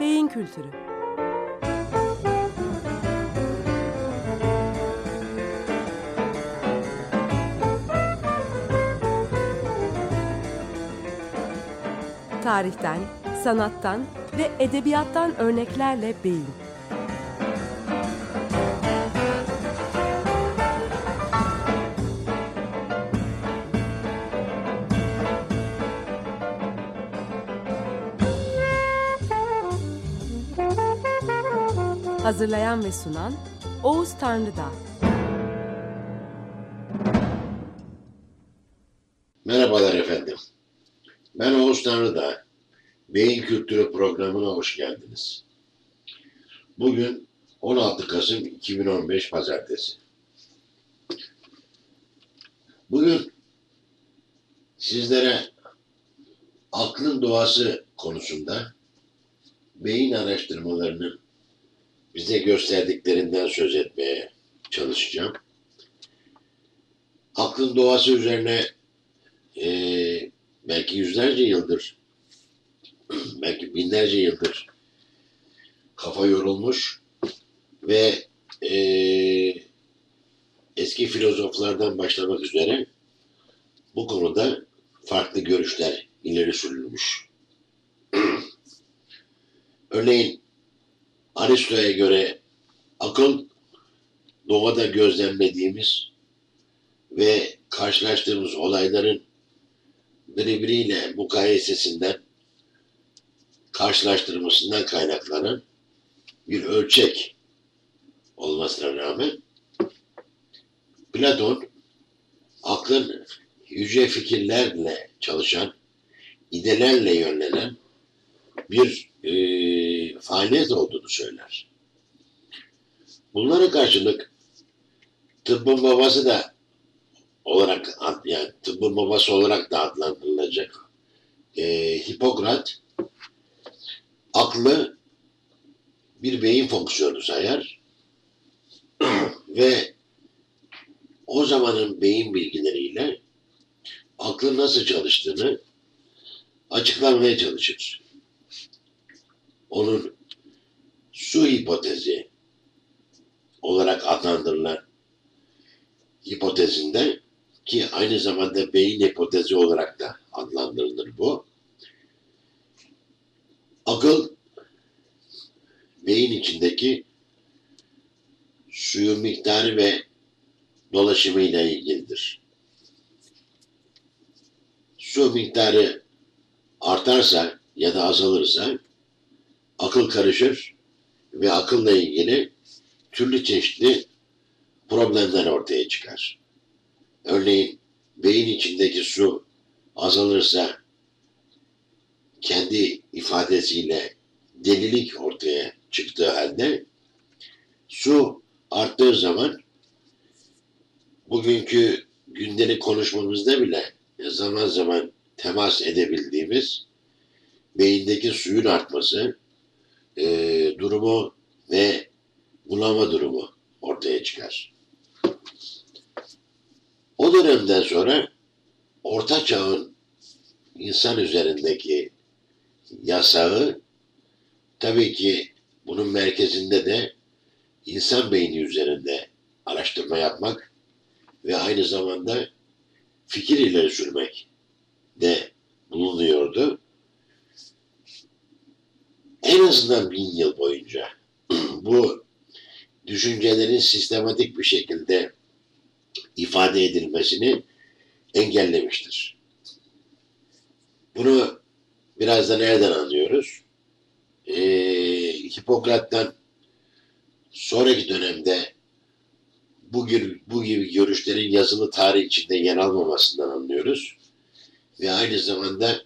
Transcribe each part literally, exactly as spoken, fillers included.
Beyin Kültürü. Tarihten, sanattan ve edebiyattan örneklerle beyin. Hazırlayan ve sunan Oğuz Tanrıdağ. Merhabalar efendim. Ben Oğuz Tanrıdağ. Beyin Kültürü programına hoş geldiniz. Bugün on altı Kasım iki bin on beş Pazartesi. Bugün sizlere aklın doğası konusunda beyin araştırmalarının bize gösterdiklerinden söz etmeye çalışacağım. Aklın doğası üzerine e, belki yüzlerce yıldır, belki binlerce yıldır kafa yorulmuş ve e, eski filozoflardan başlamak üzere bu konuda farklı görüşler ileri sürülmüş. Örneğin Aristo'ya göre akıl doğada gözlemlediğimiz ve karşılaştığımız olayların birbiriyle mukayesesinden, karşılaştırmasından kaynaklanan bir ölçek olmasına rağmen Platon aklın yüce fikirlerle çalışan, idelerle yönlenen bir e, faaliyet olduğunu söyler. Bunlara karşılık tıbbın babası da olarak, yani tıbbın babası olarak da adlandırılacak e, Hipokrat aklı bir beyin fonksiyonu sayar ve o zamanın beyin bilgileriyle aklın nasıl çalıştığını açıklamaya çalışır. Onun su hipotezi olarak adlandırılan hipotezinde, ki aynı zamanda beyin hipotezi olarak da adlandırılır bu. Akıl beyin içindeki suyun miktarı ve dolaşımıyla ilgilidir. Su miktarı artarsa ya da azalırsa akıl karışır ve akılla ilgili türlü çeşitli problemler ortaya çıkar. Örneğin beyin içindeki su azalırsa kendi ifadesiyle delilik ortaya çıktığı halde su arttığı zaman bugünkü gündelik konuşmamızda bile zaman zaman temas edebildiğimiz beyindeki suyun artması e, durumu ve bulama durumu ortaya çıkar. O dönemden sonra Orta Çağ'ın insan üzerindeki yasağı, tabii ki bunun merkezinde de insan beyni üzerinde araştırma yapmak ve aynı zamanda fikir ileri sürmek de bulunuyordu. En azından bin yıl boyunca bu düşüncelerin sistematik bir şekilde ifade edilmesini engellemiştir. Bunu biraz da nereden anlıyoruz? Ee, Hipokrat'tan sonraki dönemde bu gibi, bu gibi görüşlerin yazılı tarih içinde yer almamasından anlıyoruz. Ve aynı zamanda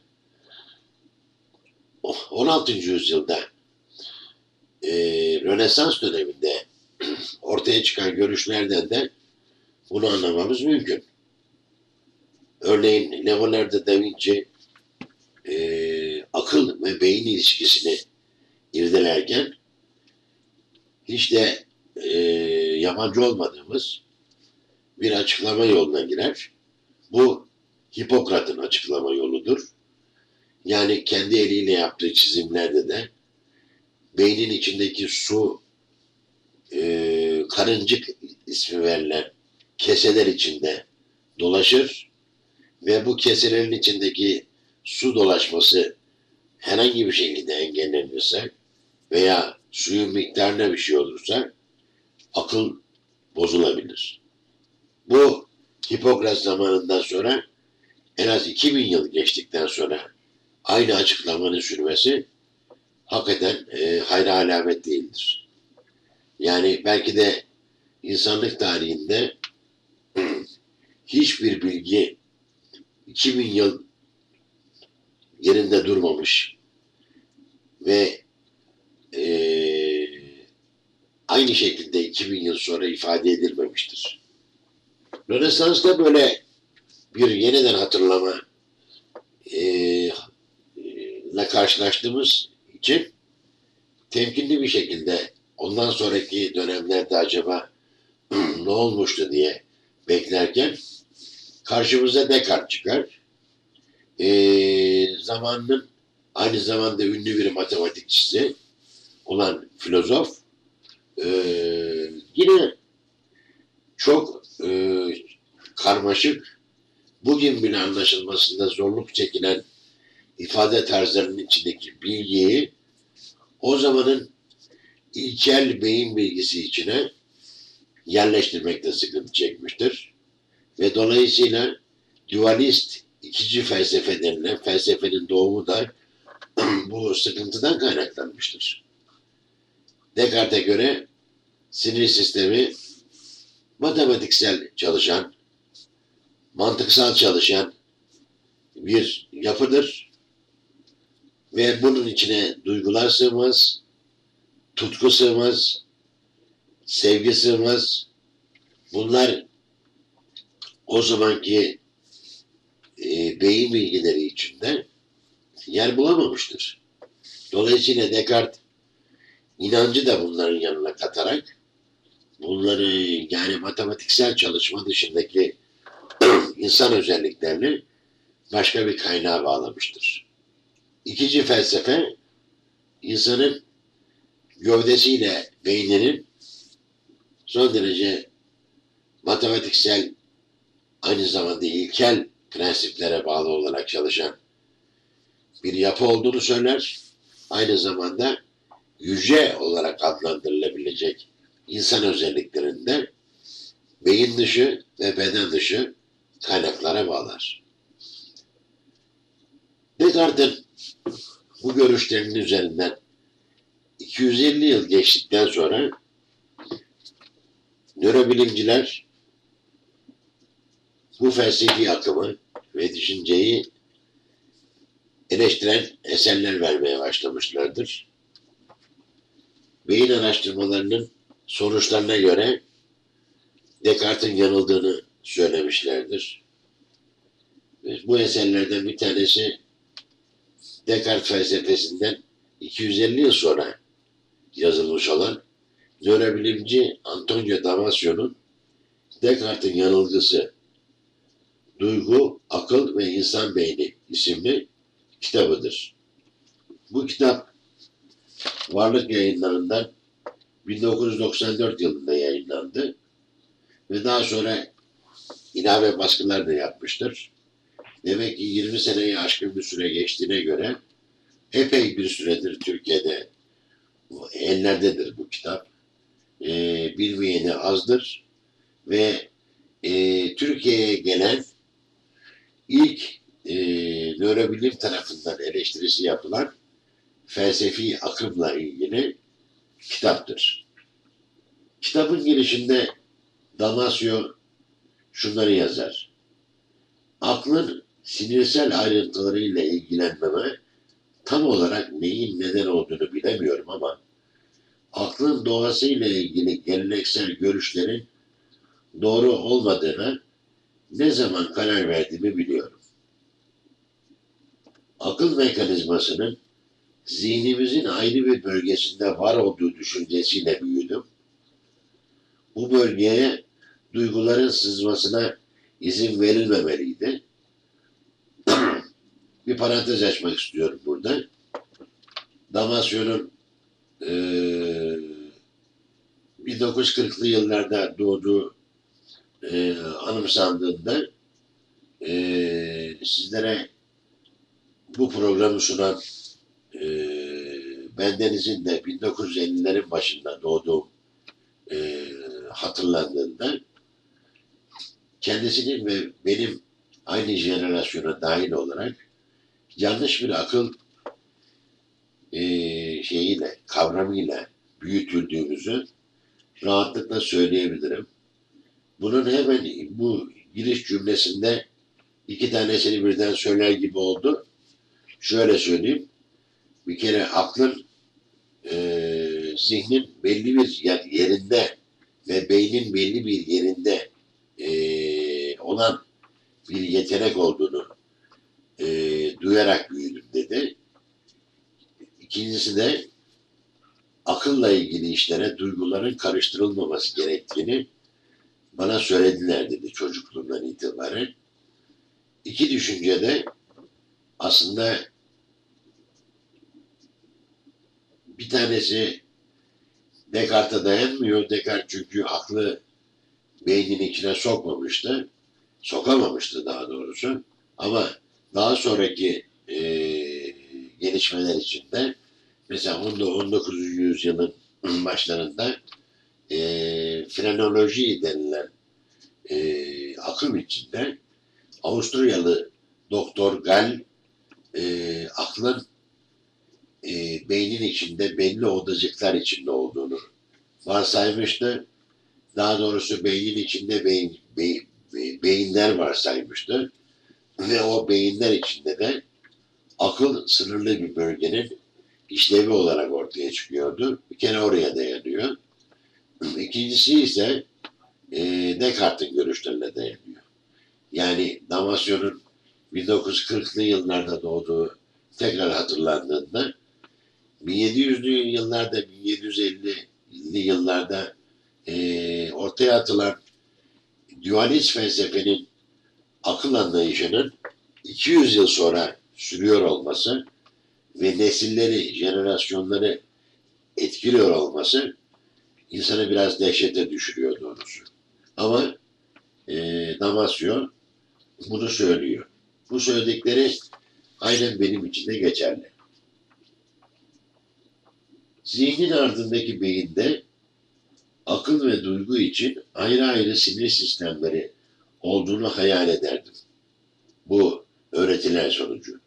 on altıncı yüzyılda e, Rönesans döneminde ortaya çıkan görüşlerden de bunu anlamamız mümkün. Örneğin Leonardo da Vinci e, akıl ve beyin ilişkisini irdelerken hiç de e, yabancı olmadığımız bir açıklama yoluna girer. Bu Hipokrat'ın açıklama yoludur. Yani kendi eliyle yaptığı çizimlerde de beynin içindeki su, e, karıncık ismi verilen keseler içinde dolaşır ve bu keselerin içindeki su dolaşması herhangi bir şekilde engellenirse veya suyun miktarına bir şey olursa akıl bozulabilir. Bu Hipokrat zamanından sonra en az iki bin yıl geçtikten sonra aynı açıklamanın sürmesi hakikaten e, hayra alamet değildir. Yani belki de insanlık tarihinde hiçbir bilgi iki bin yıl yerinde durmamış ve e, aynı şekilde iki bin yıl sonra ifade edilmemiştir. Rönesans'ta böyle bir yeniden hatırlama e, ile karşılaştığımız için temkinli bir şekilde ondan sonraki dönemlerde acaba ne olmuştu diye beklerken karşımıza Descartes çıkar. E, zamanının aynı zamanda ünlü bir matematikçisi olan filozof e, yine çok e, karmaşık, bugün bile anlaşılmasında zorluk çekilen ifade tarzlarının içindeki bilgiyi o zamanın ilkel beyin bilgisi içine yerleştirmekte sıkıntı çekmiştir. Ve dolayısıyla dualist ikici felsefe denilen felsefenin doğumu da bu sıkıntıdan kaynaklanmıştır. Descartes'e göre sinir sistemi matematiksel çalışan, mantıksal çalışan bir yapıdır ve bunun içine duygular sığmaz, tutku sığmaz, sevgi sığmaz. Bunlar o zamanki e, beyin bilgileri içinde yer bulamamıştır. Dolayısıyla Descartes inancı da bunların yanına katarak bunları, yani matematiksel çalışma dışındaki insan özelliklerini başka bir kaynağa bağlamıştır. İkinci felsefe insanın gövdesiyle beyninin son derece matematiksel, aynı zamanda ilkel prensiplere bağlı olarak çalışan bir yapı olduğunu söyler. Aynı zamanda yüce olarak adlandırılabilecek insan özelliklerinde beyin dışı ve beden dışı kaynaklara bağlar. Descartes'in bu görüşlerinin üzerinden iki yüz elli yıl geçtikten sonra nörobilimciler bu felsefi akımı ve düşünceyi eleştiren eserler vermeye başlamışlardır. Beyin araştırmalarının sonuçlarına göre Descartes'in yanıldığını söylemişlerdir. Bu eserlerden bir tanesi Descartes felsefesinden iki yüz elli yıl sonra yazılmış olan nörobilimci Antonio Damasio'nun Descartes'in Yanılgısı, Duygu, Akıl ve İnsan Beyni isimli kitabıdır. Bu kitap Varlık Yayınları'ndan bin dokuz yüz doksan dört yılında yayınlandı ve daha sonra ilave baskılar da yapmıştır. Demek ki yirmi seneyi aşkın bir süre geçtiğine göre epey bir süredir Türkiye'de ellerdedir bu kitap. E, bilmeyeni azdır ve e, Türkiye'ye gelen ilk e, nörobilim tarafından eleştirisi yapılan felsefi akımla ilgili kitaptır. Kitabın girişinde Damasio şunları yazar. Aklın sinirsel ayrıntılarıyla ilgilenmeme tam olarak neyin neden olduğunu bilemiyorum ama aklın doğasıyla ilgili geleneksel görüşlerin doğru olmadığına ne zaman karar verdiğimi biliyorum. Akıl mekanizmasının zihnimizin ayrı bir bölgesinde var olduğu düşüncesiyle büyüdüm. Bu bölgeye duyguların sızmasına izin verilmemeliydi. Bir parantez açmak istiyorum burada. Damasio'nun e, bin dokuz yüz kırklı yıllarda doğduğu e, anımsandığında e, sizlere bu programı sunan e, bendenizin de bin dokuz yüz ellilerin başında doğduğum e, hatırlandığında kendisinin ve benim aynı jenerasyona dahil olarak yanlış bir akıl e, şeyiyle, kavramıyla büyütüldüğümüzü rahatlıkla söyleyebilirim. Bunun hemen bu giriş cümlesinde iki tanesini birden söyler gibi oldu. Şöyle söyleyeyim. Bir kere aklın e, zihnin belli bir yerinde ve beynin belli bir yerinde e, olan bir yetenek olduğunu e, duyarak büyüdüm dedi. İkincisi de akılla ilgili işlere duyguların karıştırılmaması gerektiğini bana söylediler dedi çocukluğumdan itibaren. İki düşünce de aslında bir tanesi Descartes'e dayanmıyor. Descartes çünkü aklı beynin içine sokmamıştı. Sokamamıştı daha doğrusu. Ama daha sonraki e, gelişmeler içinde mesela on dokuzuncu yüzyılın başlarında e, frenoloji denilen e, akım içinde Avusturyalı Doktor Gall e, aklın e, beynin içinde belli odacıklar içinde olduğunu varsaymıştı. Daha doğrusu beynin içinde beyin, beyin, beyinler varsaymıştı. Ve o beyinler içinde de akıl sınırlı bir bölgenin işlevi olarak ortaya çıkıyordu. Bir kere oraya dayanıyor. İkincisi ise e, Descartes'in görüşlerine dayanıyor. Yani Damasio'nun bin dokuz yüz kırklı yıllarda doğduğu tekrar hatırlandığında bin yedi yüzlü yıllarda, bin yedi yüz elli'li yıllarda e, ortaya atılan dualist felsefenin akıl anlayışının iki yüz yıl sonra sürüyor olması ve nesilleri, jenerasyonları etkiliyor olması insanı biraz dehşete düşürüyor doğrusu. Ama e, Damasio bunu söylüyor. Bu söyledikleri aynen benim için de geçerli. Zihnin ardındaki beyinde akıl ve duygu için ayrı ayrı sinir sistemleri olduğunu hayal ederdim. Bu öğretiler sonucu.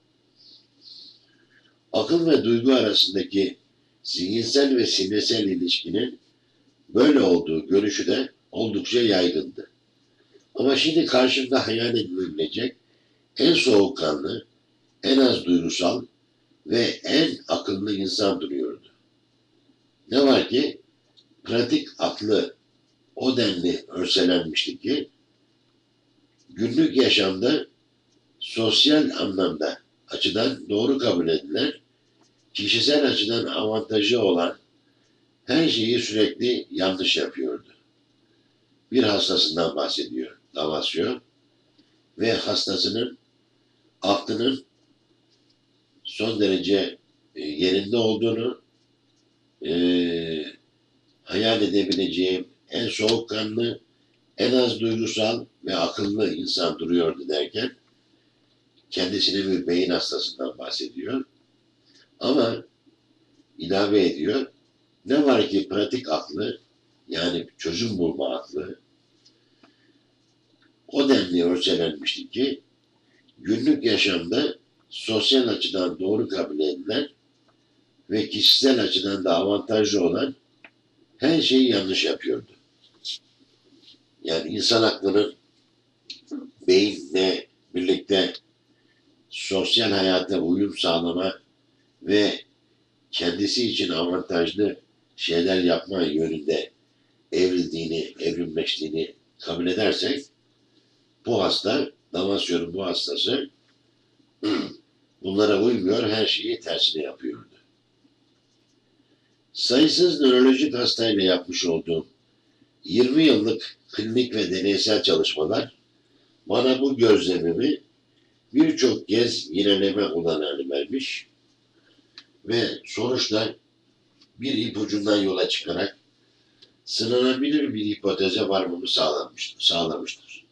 Akıl ve duygu arasındaki zihinsel ve sinirsel ilişkinin böyle olduğu görüşü de oldukça yaygındı. Ama şimdi karşımda hayal edilebilecek en soğukkanlı, en az duygusal ve en akıllı insan duruyordu. Ne var ki pratik aklı o denli örselenmişti ki günlük yaşamda sosyal anlamda açıdan doğru kabul edilen, kişisel açıdan avantajı olan her şeyi sürekli yanlış yapıyordu. Bir hastasından bahsediyor Damasio ve hastasının aklının son derece yerinde olduğunu, e, hayal edebileceğim en soğukkanlı, en az duygusal ve akıllı insan duruyordu derken kendisine bir beyin hastasından bahsediyor. Ama ilave ediyor, ne var ki pratik aklı, yani çözüm bulma aklı o denli örselenmişti ki günlük yaşamda sosyal açıdan doğru kabul edilen ve kişisel açıdan da avantajlı olan her şeyi yanlış yapıyordu. Yani insan aklının beyinle birlikte sosyal hayata uyum sağlama ve kendisi için avantajlı şeyler yapma yönünde evrildiğini, evrimleştiğini kabul edersek bu hasta, Damasio'nun bu hastası bunlara uymuyor, her şeyi tersine yapıyordu. Sayısız nörolojik hastayla yapmış olduğum yirmi yıllık klinik ve deneysel çalışmalar bana bu gözlemimi birçok kez yineleme olanağını vermiş ve sonuçta bir ipucundan yola çıkarak sınanabilir bir hipoteze varmamı sağlamıştır. sağlamıştır.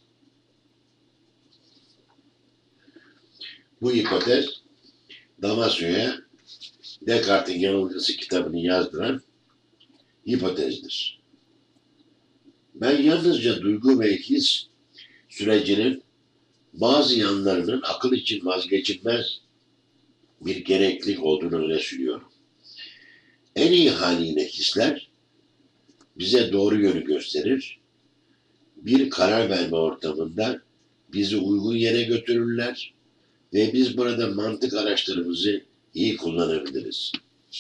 Bu hipotez Damasio'ya Descartes'in Yanılgısı kitabını yazdıran hipotezdir. Ben yalnızca duygu ve his sürecinin bazı yanlarının akıl için vazgeçilmez bir gereklilik olduğunu öne sürüyorum. En iyi haliyle hisler bize doğru yönü gösterir, bir karar verme ortamında bizi uygun yere götürürler ve biz burada mantık araçlarımızı iyi kullanabiliriz.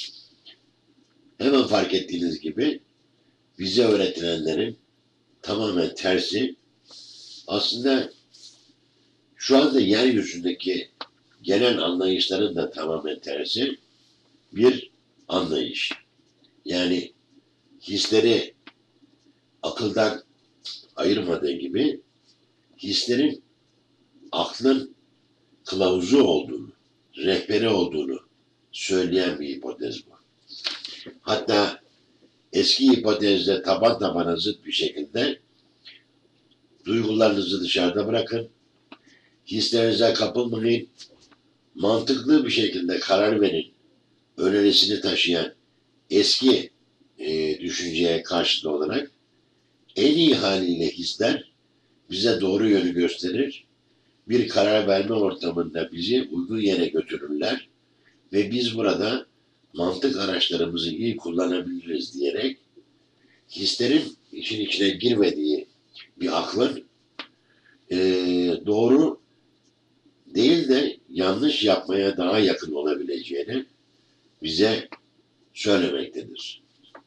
Hemen fark ettiğiniz gibi bize öğretilenlerin tamamen tersi, aslında şu anda yeryüzündeki genel anlayışların da tamamen tersi bir anlayış. Yani hisleri akıldan ayırmadığı gibi hislerin aklın kılavuzu olduğunu, rehberi olduğunu söyleyen bir hipotez bu. Hatta eski hipotezle taban tabana zıt bir şekilde duygularınızı dışarıda bırakın, hislerinize kapılmayın, mantıklı bir şekilde karar verin önerisini taşıyan eski e, düşünceye karşılık olarak en iyi haliyle hisler bize doğru yönü gösterir, bir karar verme ortamında bizi uygun yere götürürler ve biz burada mantık araçlarımızı iyi kullanabiliriz diyerek hislerin işin içine girmediği bir aklın e, doğru değil de yanlış yapmaya daha yakın olabileceğini bize söylemektedir.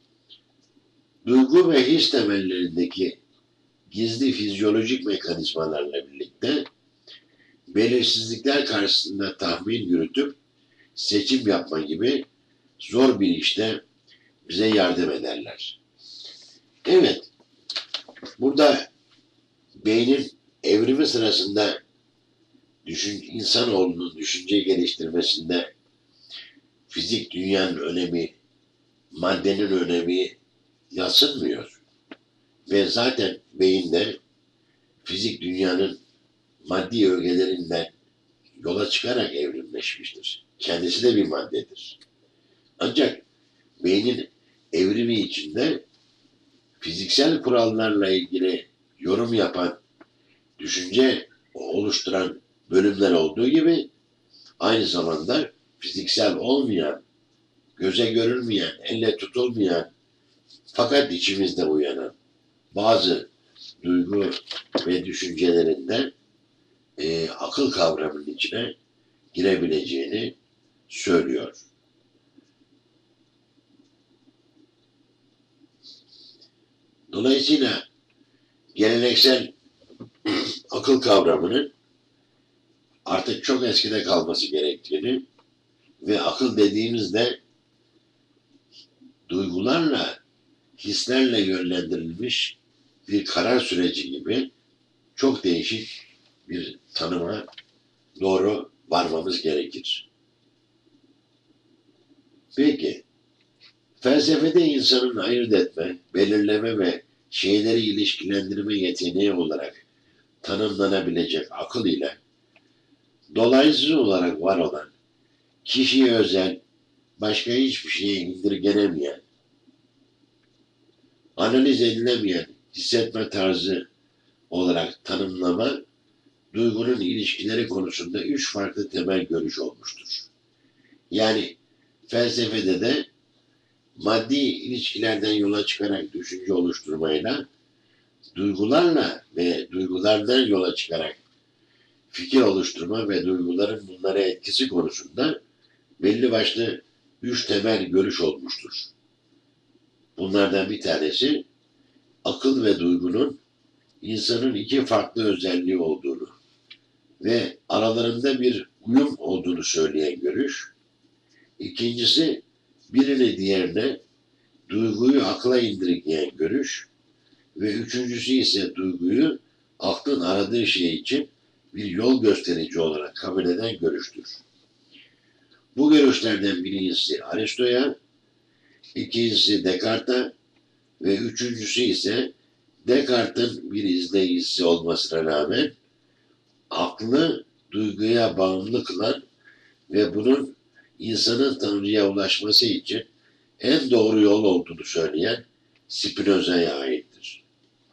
Duygu ve his temellerindeki gizli fizyolojik mekanizmalarla birlikte belirsizlikler karşısında tahmin yürütüp seçim yapma gibi zor bir işte bize yardım ederler. Evet, burada beynin evrimi sırasında düşün, insanoğlunun düşünce geliştirmesinde fizik dünyanın önemi, maddenin önemi yadsınmıyor. Ve zaten beyinde fizik dünyanın maddi ögelerinden yola çıkarak evrimleşmiştir. Kendisi de bir maddedir. Ancak beynin evrimi içinde fiziksel kurallarla ilgili yorum yapan, düşünce oluşturan bölümler olduğu gibi aynı zamanda fiziksel olmayan, göze görülmeyen, elle tutulmayan fakat içimizde uyanan bazı duygu ve düşüncelerinde e, akıl kavramının içine girebileceğini söylüyor. Dolayısıyla geleneksel akıl kavramının artık çok eskide kalması gerektiğini ve akıl dediğimizde duygularla, hislerle yönlendirilmiş bir karar süreci gibi çok değişik bir tanıma doğru varmamız gerekir. Peki, felsefede insanın ayırt etme, belirleme ve şeyleri ilişkilendirme yeteneği olarak tanımlanabilecek akıl ile dolayısız olarak var olan, kişiye özel, başka hiçbir şeye indirgenemeyen, analiz edilemeyen hissetme tarzı olarak tanımlama, duygunun ilişkileri konusunda üç farklı temel görüş olmuştur. Yani felsefede de maddi ilişkilerden yola çıkarak düşünce oluşturmayla, duygularla ve duygulardan yola çıkarak fikir oluşturma ve duyguların bunlara etkisi konusunda belli başlı üç temel görüş olmuştur. Bunlardan bir tanesi akıl ve duygunun insanın iki farklı özelliği olduğunu ve aralarında bir uyum olduğunu söyleyen görüş. İkincisi birini diğerine duyguyu akla indirgeyen görüş ve üçüncüsü ise duyguyu aklın aradığı şey için bir yol gösterici olarak kabul eden görüştür. Bu görüşlerden birincisi Aristo'ya, ikincisi Descartes'a ve üçüncüsü ise Descartes'in bir izleyicisi olmasına rağmen aklı duyguya bağımlı kılan ve bunun insanın Tanrı'ya ulaşması için en doğru yol olduğunu söyleyen Spinoza'ya aittir.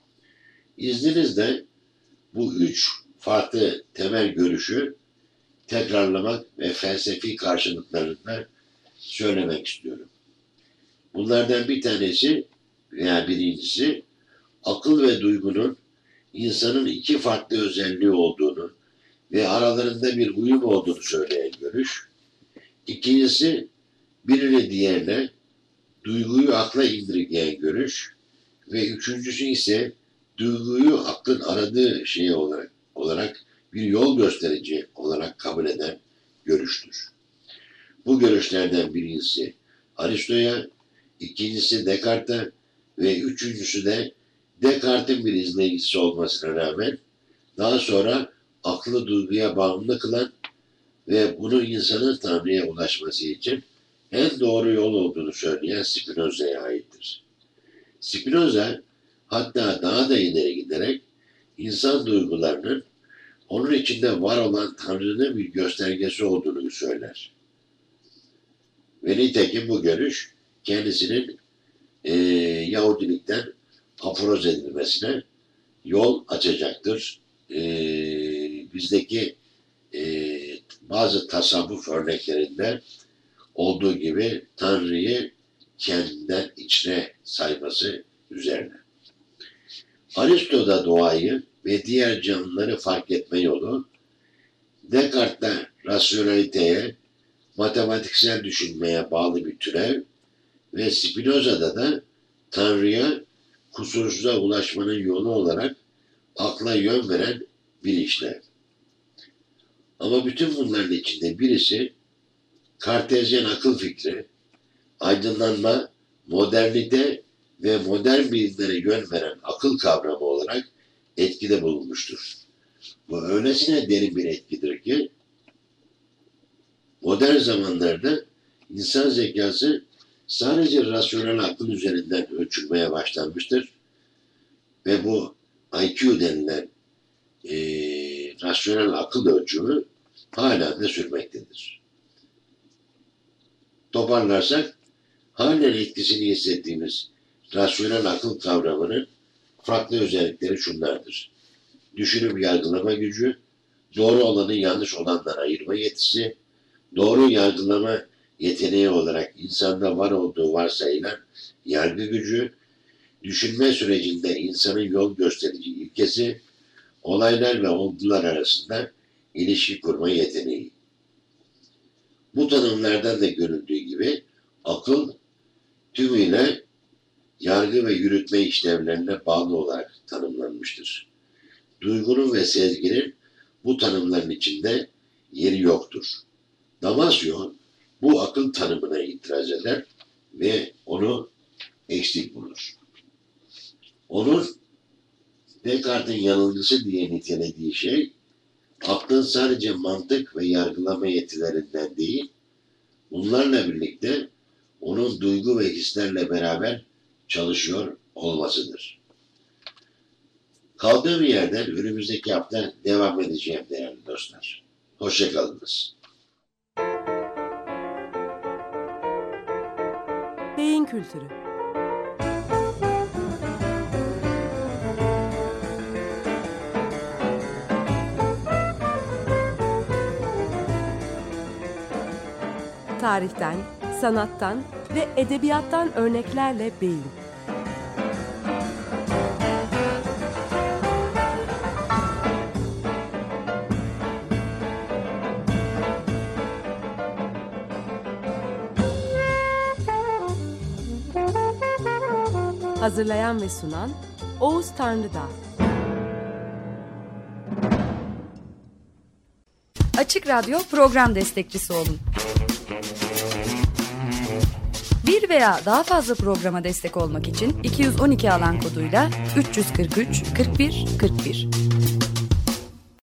İzninizle bu üç farklı temel görüşü tekrarlamak ve felsefi karşılıklarında söylemek istiyorum. Bunlardan bir tanesi veya birincisi akıl ve duygunun insanın iki farklı özelliği olduğunu ve aralarında bir uyum olduğunu söyleyen görüş. İkincisi birini diğerine duyguyu akla indirgeyen görüş ve üçüncüsü ise duyguyu aklın aradığı şey olarak, olarak bir yol gösterici olarak kabul eden görüştür. Bu görüşlerden birincisi Aristo'ya, ikincisi Descartes'e ve üçüncüsü de Descartes'in bir izleyicisi olmasına rağmen daha sonra aklı duyguya bağımlı kılan ve bunu insanın Tanrı'ya ulaşması için en doğru yol olduğunu söyleyen Spinoza'ya aittir. Spinoza hatta daha da ileri giderek insan duygularının onun içinde var olan Tanrı'nın bir göstergesi olduğunu söyler. Ve nitekim bu görüş kendisinin e, Yahudilikten aforoz edilmesine yol açacaktır. E, bizdeki e, bazı tasavvuf örneklerinde olduğu gibi Tanrı'yı kendinden içine sayması üzerine. Aristo'da doğayı ve diğer canlıları fark etme yolu, Descartes'te rasyonaliteye, matematiksel düşünmeye bağlı bir türev ve Spinoza'da da Tanrı'ya kusursuza ulaşmanın yolu olarak akla yön veren bir işlev. Ama bütün bunların içinde birisi Kartezyen akıl fikri, aydınlanma, modernite ve modern bilimlere yön veren akıl kavramı olarak etkide bulunmuştur. Bu öylesine derin bir etkidir ki modern zamanlarda insan zekası sadece rasyonel akıl üzerinden ölçülmeye başlanmıştır ve bu I Q denilen e, rasyonel akıl ölçümü hala da sürmektedir. Toparlarsak, halen etkisini hissettiğimiz rasyonel akıl kavramının farklı özellikleri şunlardır. Düşünüp yargılama gücü, doğru olanı yanlış olandan ayırma yetisi, doğru yargılama yeteneği olarak insanda var olduğu varsayılan yargı gücü, düşünme sürecinde insanın yol gösterici ilkesi, olaylar ve olgular arasında ilişki kurma yeteneği. Bu tanımlardan da görüldüğü gibi akıl tümüyle yargı ve yürütme işlevlerine bağlı olarak tanımlanmıştır. Duygunun ve sezginin bu tanımların içinde yeri yoktur. Damasio bu akıl tanımına itiraz eder ve onu eksik bulur. Onun Descartes'in yanılgısı diye nitelediği şey, aklın sadece mantık ve yargılama yetilerinden değil, bunlarla birlikte onun duygu ve hislerle beraber çalışıyor olmasıdır. Kaldığım yerden önümüzdeki hafta devam edeceğim değerli dostlar. Hoşça kalınız. Beyin kültürü. Tarihten, sanattan ve edebiyattan örneklerle beyin. Hazırlayan ve sunan Oğuz Tanrıdağ. Açık Radyo program destekçisi olun. Bir veya daha fazla programa destek olmak için iki yüz on iki alan koduyla üç yüz kırk üç kırk bir kırk bir